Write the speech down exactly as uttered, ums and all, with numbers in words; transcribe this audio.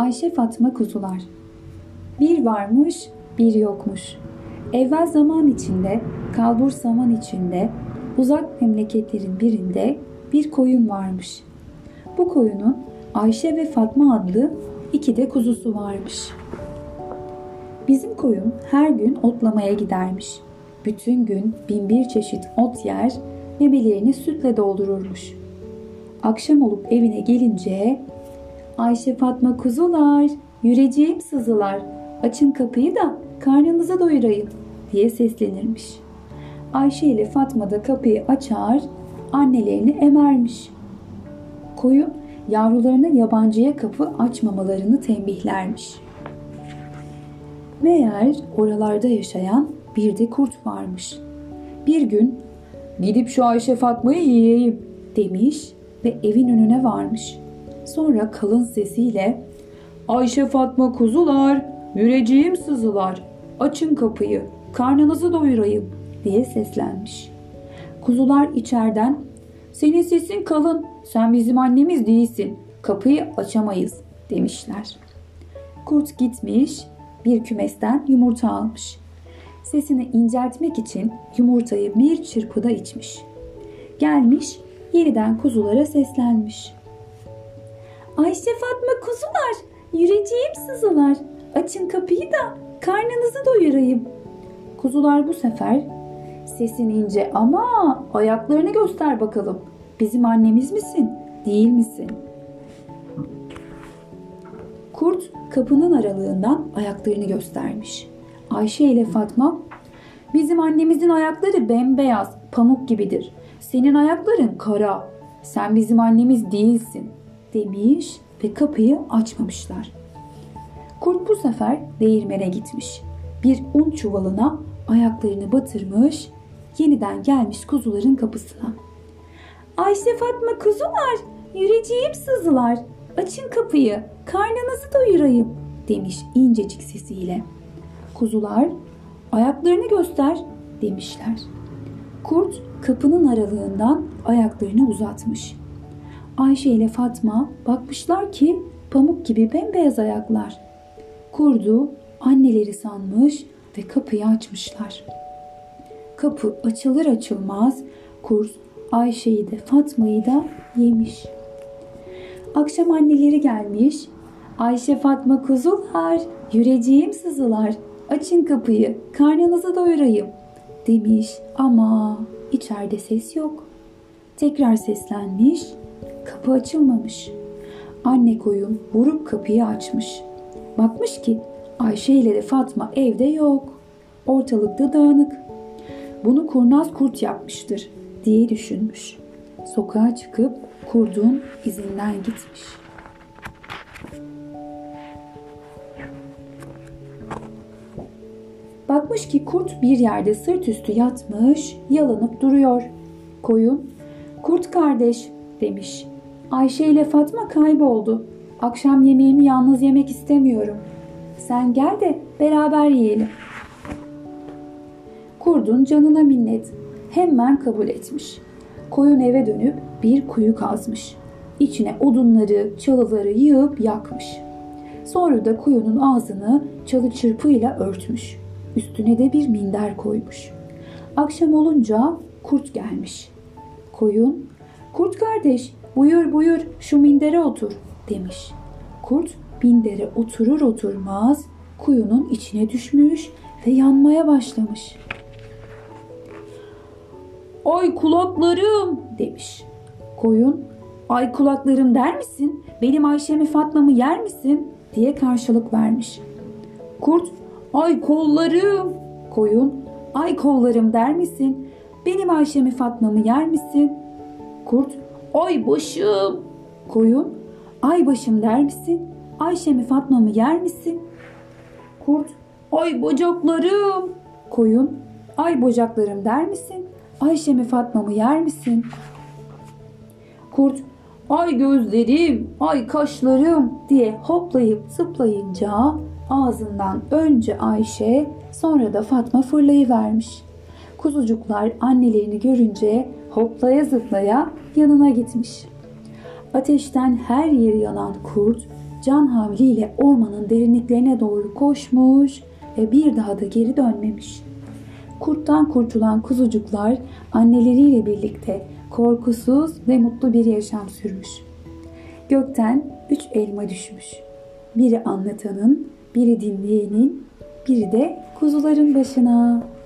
Ayşe Fatma Kuzular. Bir varmış, bir yokmuş. Evvel zaman içinde, kalbur zaman içinde, uzak memleketlerin birinde bir koyun varmış. Bu koyunun Ayşe ve Fatma adlı iki de kuzusu varmış. Bizim koyun her gün otlamaya gidermiş. Bütün gün bin bir çeşit ot yer, memelerini sütle doldururmuş. Akşam olup evine gelince, Ayşe Fatma kuzular, yüreceğim sızılar, açın kapıyı da karnınızı doyurayım diye seslenirmiş. Ayşe ile Fatma da kapıyı açar, annelerini emermiş. Koyun yavrularına yabancıya kapı açmamalarını tembihlermiş. Meğer oralarda yaşayan bir de kurt varmış. Bir gün gidip şu Ayşe Fatma'yı yiyeyim demiş ve evin önüne varmış. Sonra kalın sesiyle Ayşe Fatma kuzular, yüreceğim sızılar, açın kapıyı, karnınızı doyurayım diye seslenmiş. Kuzular içeriden senin sesin kalın, sen bizim annemiz değilsin, kapıyı açamayız demişler. Kurt gitmiş, bir kümesten yumurta almış. Sesini inceltmek için yumurtayı bir çırpıda içmiş. Gelmiş, yeniden kuzulara seslenmiş. Ayşe Fatma kuzular, yüreceğim sızılar, açın kapıyı da karnınızı doyurayım. Kuzular bu sefer sesin ince ama ayaklarını göster bakalım. Bizim annemiz misin, değil misin? Kurt kapının aralığından ayaklarını göstermiş. Ayşe ile Fatma, bizim annemizin ayakları bembeyaz, pamuk gibidir. Senin ayakların kara, sen bizim annemiz değilsin demiş ve kapıyı açmamışlar. Kurt bu sefer değirmene gitmiş. Bir un çuvalına ayaklarını batırmış, yeniden gelmiş kuzuların kapısına. Ayşe Fatma kuzular, yüreceğim sızılar, açın kapıyı, karnınızı doyurayım demiş incecik sesiyle. Kuzular, ayaklarını göster demişler. Kurt kapının aralığından ayaklarını uzatmış. Ayşe ile Fatma bakmışlar ki pamuk gibi bembeyaz ayaklar. Kurdu anneleri sanmış ve kapıyı açmışlar. Kapı açılır açılmaz kurt Ayşe'yi de Fatma'yı da yemiş. Akşam anneleri gelmiş. Ayşe Fatma kuzular, yüreceğim sızılar, açın kapıyı, karnınızı doyurayım demiş ama içeride ses yok. Tekrar seslenmiş, kapı açılmamış. Anne koyun vurup kapıyı açmış. Bakmış ki Ayşe ile de Fatma evde yok. Ortalıkta dağınık. Bunu kurnaz kurt yapmıştır diye düşünmüş. Sokağa çıkıp kurdun izinden gitmiş. Bakmış ki kurt bir yerde sırt üstü yatmış, yalanıp duruyor. Koyun, kurt kardeş demiş. Ayşe ile Fatma kayboldu. Akşam yemeğimi yalnız yemek istemiyorum. Sen gel de beraber yiyelim. Kurdun canına minnet. Hemen kabul etmiş. Koyun eve dönüp bir kuyu kazmış. İçine odunları, çalıları yığıp yakmış. Sonra da kuyunun ağzını çalı çırpıyla örtmüş. Üstüne de bir minder koymuş. Akşam olunca kurt gelmiş. Koyun, kurt kardeş buyur buyur şu mindere otur demiş. Kurt mindere oturur oturmaz kuyunun içine düşmüş ve yanmaya başlamış. Ay kulaklarım demiş. Koyun, ay kulaklarım der misin? Benim Ayşe'mi Fatma'mı yer misin? Diye karşılık vermiş. Kurt, ay kollarım. Koyun, ay kollarım der misin? Benim Ayşe'mi Fatma'mı yer misin? Kurt, ay başım. Koyun, ay başım der misin? Ayşe'mi Fatma'mı yer misin? Kurt, ay bacaklarım. Koyun, ay bacaklarım der misin? Ayşe'mi Fatma'mı yer misin? Kurt, ay gözlerim, ay kaşlarım diye hoplayıp zıplayınca ağzından önce Ayşe sonra da Fatma fırlayıvermiş. Kuzucuklar annelerini görünce hoplaya zıplaya yanına gitmiş. Ateşten her yeri yanan kurt can havliyle ormanın derinliklerine doğru koşmuş ve bir daha da geri dönmemiş. Kurttan kurtulan kuzucuklar anneleriyle birlikte korkusuz ve mutlu bir yaşam sürmüş. Gökten üç elma düşmüş. Biri anlatanın, biri dinleyenin, biri de kuzuların başına.